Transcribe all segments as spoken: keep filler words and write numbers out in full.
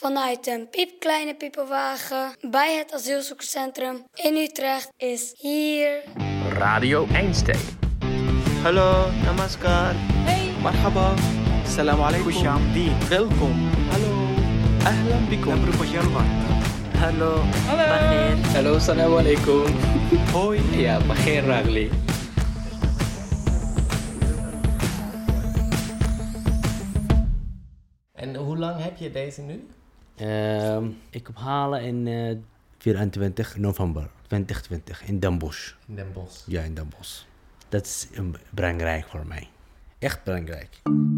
vanuit een piepkleine piepenwagen bij het asielzoekerscentrum in Utrecht is hier Radio Einstein. Hallo, namaskar. Hey. Marhaba. Salam alaikum. Kushamdi. Welkom. Hallo. Ahlan bikum. Hallo. Hallo. Bagheer. Hallo, salam alaikum. Hoi. Ja, bagheer ragli. En hoe lang heb je deze nu? Uh, ik heb halen in uh, vierentwintig november twintig twintig in Den Bosch. In Den Bosch. Ja, in Den Bosch. Dat is um, belangrijk voor mij. Echt belangrijk.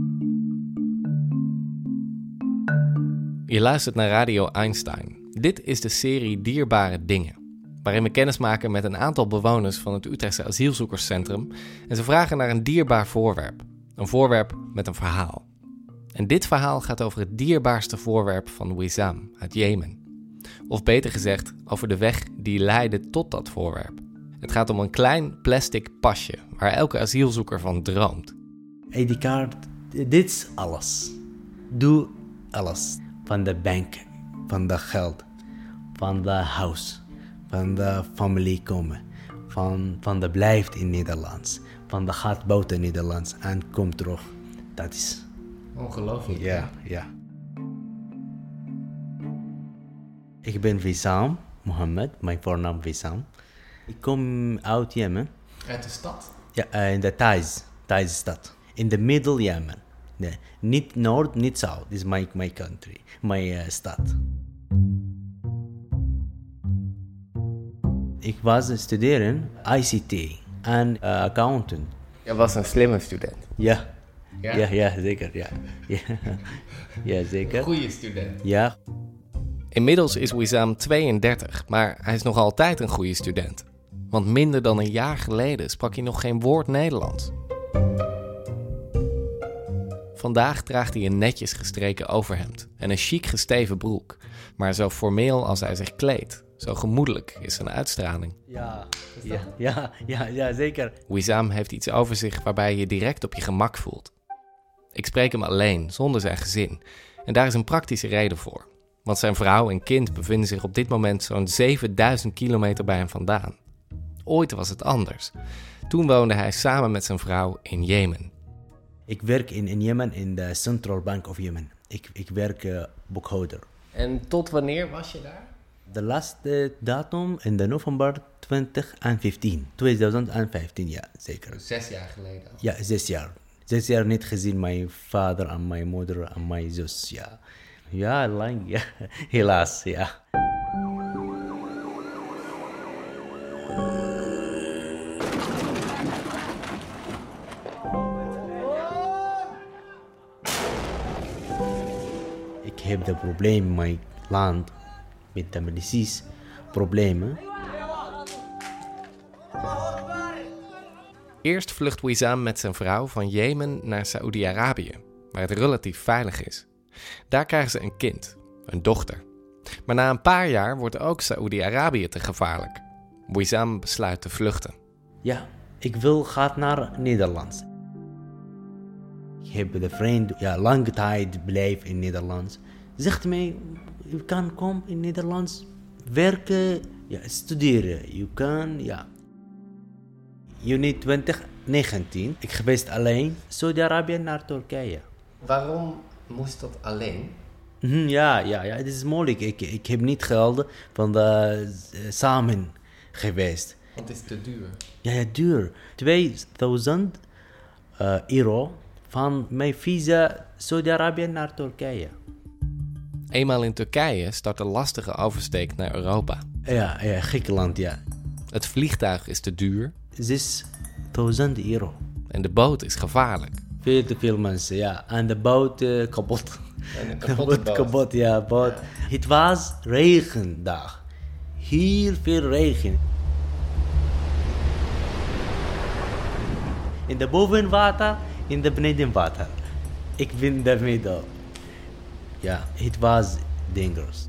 Je luistert naar Radio Einstein. Dit is de serie Dierbare Dingen, waarin we kennis maken met een aantal bewoners van het Utrechtse asielzoekerscentrum en ze vragen naar een dierbaar voorwerp. Een voorwerp met een verhaal. En dit verhaal gaat over het dierbaarste voorwerp van Wissam uit Jemen. Of beter gezegd, over de weg die leidde tot dat voorwerp. Het gaat om een klein plastic pasje waar elke asielzoeker van droomt. I D-kaart, dit is alles. Doe alles. Van de bank, van de geld, van de huis, van de familie komen, van, van de blijft in Nederlands, van de gaat buiten Nederlands en komt terug. Dat is... Ongelooflijk. Ja, ja. Ik ben Wissam Mohammed, mijn voornaam Wissam. Ik kom uit Jemen. Uit de stad? Ja, uh, in de Taiz, Taiz stad. In de middle Jemen. Nee, niet Noord, niet Zuid. Dit is my, my country, mijn uh, stad. Ik was studeren I C T en uh, accountant. Je was een slimme student. Ja. Ja? Ja, ja, zeker, ja. Ja, ja zeker. Goeie student. Ja. Inmiddels is Wissam tweeëndertig, maar hij is nog altijd een goede student. Want minder dan een jaar geleden sprak hij nog geen woord Nederlands. Vandaag draagt hij een netjes gestreken overhemd en een chic gesteven broek. Maar zo formeel als hij zich kleedt, zo gemoedelijk is zijn uitstraling. Ja, ja, ja, ja, ja, zeker. Wissam heeft iets over zich waarbij je je direct op je gemak voelt. Ik spreek hem alleen, zonder zijn gezin. En daar is een praktische reden voor. Want zijn vrouw en kind bevinden zich op dit moment zo'n zevenduizend kilometer bij hem vandaan. Ooit was het anders. Toen woonde hij samen met zijn vrouw in Jemen. Ik werk in, in Jemen in de Central Bank of Jemen. Ik, ik werk uh, boekhouder. En tot wanneer was je daar? De laatste datum in de november twintig vijftien. twintig vijftien, ja, zeker. Zes jaar geleden al. Ja, zes jaar. Zes jaar niet gezien mijn vader en mijn moeder en mijn zus, ja. Ja, lang, ja. Helaas, ja. Ik heb de probleem in mijn land met de medicijns problemen. Eerst vlucht Wissam met zijn vrouw van Jemen naar Saoedi-Arabië, waar het relatief veilig is. Daar krijgen ze een kind, een dochter. Maar na een paar jaar wordt ook Saoedi-Arabië te gevaarlijk. Wissam besluit te vluchten. Ja, ik wil gaan naar Nederland. Ik heb de vriend, ja, lange tijd blijven in Nederland. Zegt mij, je kan komen in Nederland, werken, ja, studeren. Je kan, ja. Juni twintig negentien, ik geweest alleen Saudi-Arabië naar Turkije. Waarom moest dat alleen? Mm-hmm, ja, ja, ja, het is moeilijk. Ik, ik heb niet geld van de uh, samen geweest. Want het is te duur. Ja, ja, duur. tweeduizend uh, euro van mijn visa Saudi-Arabië naar Turkije. Eenmaal in Turkije start de lastige oversteek naar Europa. Ja, ja, Griekenland, ja. Het vliegtuig is te duur. zesduizend euro. En de boot is gevaarlijk. Veel te veel mensen, ja. En de boot uh, kapot. En een De kapotte boot boot. kapot, ja, boot. Ja. Het was regendag. Heel veel regen. In de bovenwater, in de benedenwater. Ik ben in de middel. Ja, het was dangerous.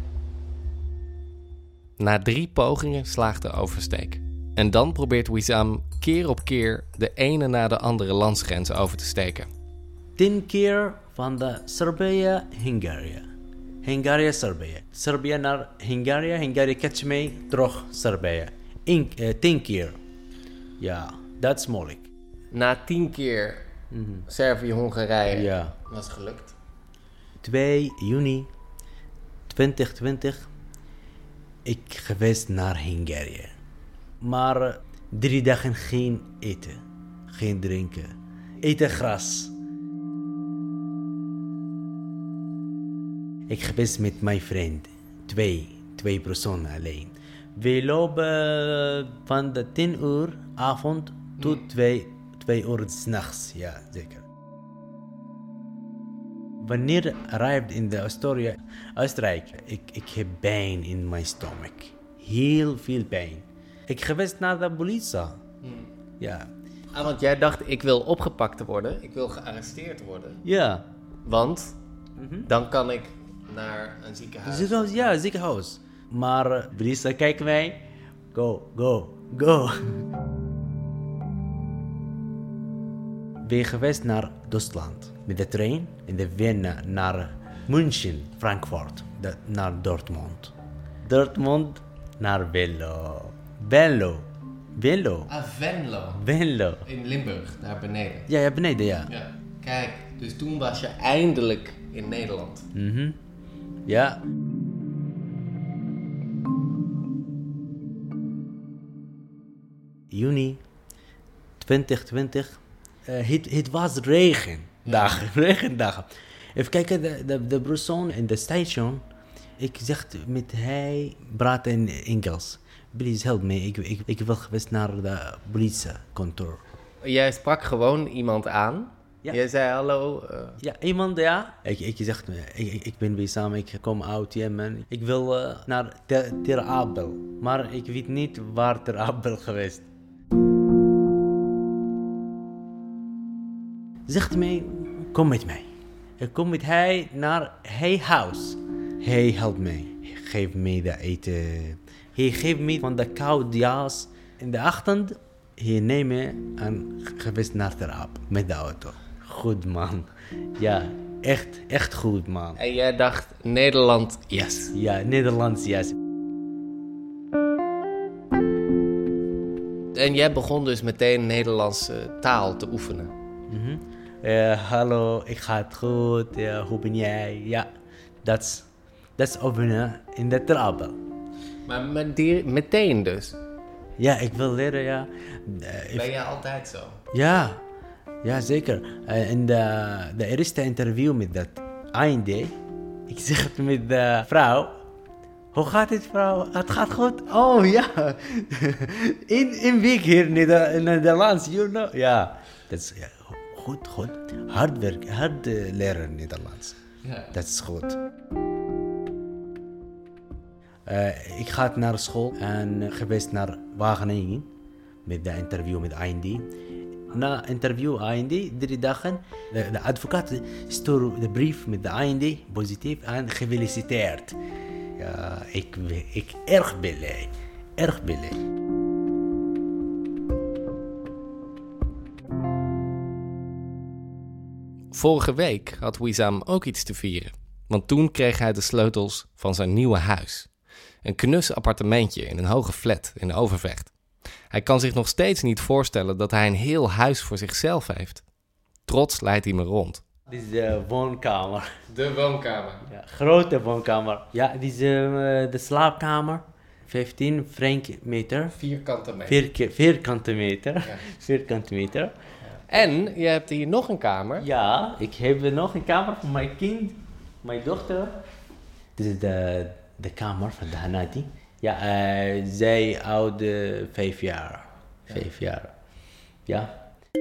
Na drie pogingen slaagt de oversteek. En dan probeert Wissam keer op keer de ene na de andere landsgrens over te steken. Tien keer van de Servië-Hungarië. Hungarië, Servië. Servië naar Hungarië, Hungarië catch mij, terug Servië. In, uh, tien keer. Ja, dat is moeilijk. Na tien keer mm-hmm. Servië-Hongarije ja. was het gelukt. twee juni twintig twintig. Ik geweest naar Hungarië. Maar uh, drie dagen geen eten. Geen drinken. Eten gras. Ik geweest met mijn vriend. Twee. Twee personen alleen. We lopen van de tien uur avond tot mm. twee, twee uur 's nachts. Ja, zeker. Wanneer ik arrived in de Astoria, Oostenrijk, ik, ik heb pijn in mijn stomach. Heel veel pijn. Ik geweest naar de politie. Mm. Ja. Ah, want jij dacht, ik wil opgepakt worden. Ik wil gearresteerd worden. Ja. Want Mm-hmm. dan kan ik naar een ziekenhuis. Ziekenhuis, ja, ziekenhuis. Maar uh, politie kijken mij. Go, go, go. We geweest naar Duitsland met de trein in de Wien naar München, Frankfurt, de, naar Dortmund. Dortmund naar Venlo. Venlo. Venlo. Ah, Venlo. Venlo. In Limburg, daar beneden. Ja, ja, beneden, ja. Ja. Kijk, dus toen was je eindelijk in Nederland. Mhm. Ja. Juni twintig twintig. Uh, het, het was regendagen, ja. regendagen. Even kijken, de, de, de persoon in de station. Ik zeg met hij praat in Engels. Please help me, ik, ik, ik wil geweest naar de politiekantoor. Jij sprak gewoon iemand aan? Ja. Jij zei hallo? Uh... Ja, iemand, ja. Ik, ik zeg, ik, ik, ik ben Wissam, ik kom uit Jemen. Ik wil uh, naar Ter, Ter Apel. Maar ik weet niet waar Ter Apel geweest. Zegt mij, kom met mij. Ik kom met hij naar hij huis. Hij helpt mij. Geef mij de eten. Hij geeft me van de koude jas. In de ochtend, hij neemt me en geweest naar Ter Apel met de auto. Goed man. Ja, echt, echt goed man. En jij dacht, Nederland, yes. Ja, Nederlands, yes. En jij begon dus meteen Nederlandse taal te oefenen. Mm-hmm. Uh, hallo, ik ga het goed. Ja, hoe ben jij? Ja, dat is, dat is oefenen in de Ter Apel. Maar met die, meteen dus? Ja, ik wil leren, ja. Uh, ben jij altijd zo? Ja. Ja, zeker. Uh, in de, de eerste interview met dat I N D, ik zeg het met de vrouw. Hoe gaat het, vrouw? Het gaat goed? Oh, ja. in, in week hier in Nederlands, you know. Ja, dat is ja, goed, goed. Hard werken, hard uh, leren Nederlands. Ja. Dat is goed. Uh, ik ga naar school en uh, geweest naar Wageningen met de interview met I N D. Na interview I N D, drie dagen, de, de advocaat stuurde de brief met de I N D, positief en gefeliciteerd. Ja, ik, ik erg blij, erg blij. Vorige week had Wissam ook iets te vieren, want toen kreeg hij de sleutels van zijn nieuwe huis. Een knus appartementje in een hoge flat in Overvecht. Hij kan zich nog steeds niet voorstellen dat hij een heel huis voor zichzelf heeft. Trots leidt hij me rond. Dit is de woonkamer. De woonkamer? Ja, grote woonkamer. Ja, dit is uh, de slaapkamer. vijftien meter. Vierkante meter. Vier, vierkante meter. Ja. Vierkante meter. Ja. En je hebt hier nog een kamer. Ja, ik heb nog een kamer voor mijn kind, mijn dochter. Dit is de, de kamer van de Hanadi. Ja, uh, zij oude vijf jaar. Vijf ja. jaar. Ja.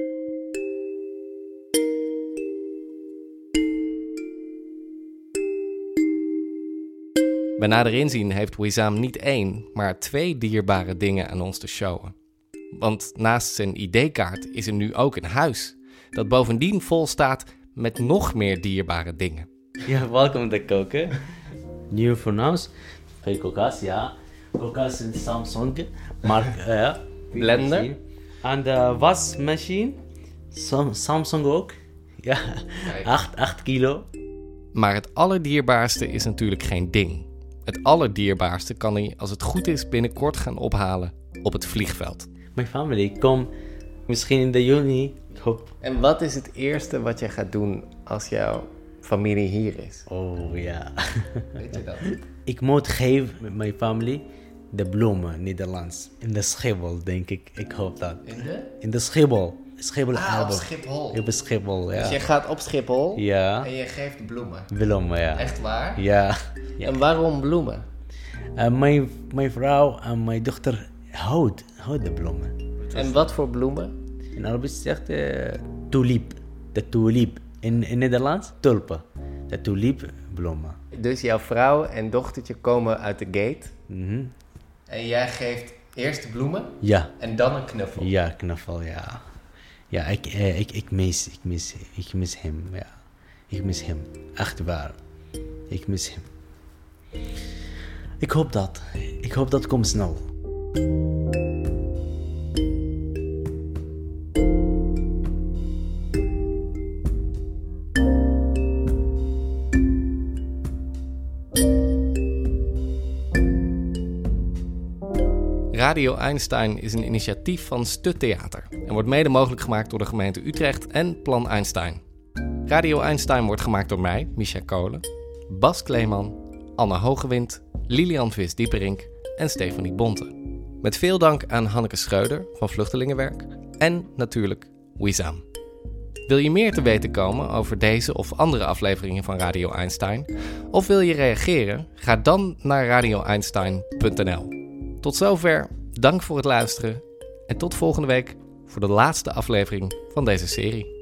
Bij nader inzien heeft Wissam niet één, maar twee dierbare dingen aan ons te showen. Want naast zijn I D-kaart is er nu ook een huis, dat bovendien vol staat met nog meer dierbare dingen. Ja, welkom te koken. Nieuw voor ons. Twee kokas, ja. Kokas in Samsung. Maar, uh, ja. Blender. En de wasmachine. Sam- Samsung ook. Ja, acht kilo. Maar het allerdierbaarste is natuurlijk geen ding. Het allerdierbaarste kan hij, als het goed is, binnenkort gaan ophalen op het vliegveld. Mijn familie komt misschien in de juni. Ik hoop. En wat is het eerste wat je gaat doen als jouw familie hier is? Oh ja. Weet je dat? Ik moet geven met mijn familie de bloemen, Nederlands. In de Schiphol, denk ik. Ik hoop dat. In de? In de Schiphol. Schiphol Ah, op Airport. Schiphol. Op Schiphol, ja. Dus je gaat op Schiphol Ja. en je geeft bloemen. Bloemen, ja. Echt waar? Ja. Ja. En waarom bloemen? En mijn, mijn vrouw en mijn dochter houdt, houdt de bloemen. En wat voor bloemen? In Arabisch zegt uh, tulip. De tulip. In, in Nederlands tulpen. De tulipbloemen. Dus jouw vrouw en dochtertje komen uit de gate. Mhm. En jij geeft eerst de bloemen Ja. en dan een knuffel. Ja, knuffel, ja. Ja, ik, eh, ik, ik, mis, ik, mis, ik mis hem, ja. Ik mis hem. Echt waar. Ik mis hem. Ik hoop dat. Ik hoop dat komt snel. Radio Einstein is een initiatief van Stut Theater en wordt mede mogelijk gemaakt door de gemeente Utrecht en Plan Einstein. Radio Einstein wordt gemaakt door mij, Misha Kolen, Bas Kleeman, Anne Hogewind, Lilian Vis-Dieperink en Stefanie Bonte. Met veel dank aan Hanneke Schreuder van Vluchtelingenwerk en natuurlijk Wissam. Wil je meer te weten komen over deze of andere afleveringen van Radio Einstein? Of wil je reageren? Ga dan naar radio einstein punt n l. Tot zover, dank voor het luisteren en tot volgende week voor de laatste aflevering van deze serie.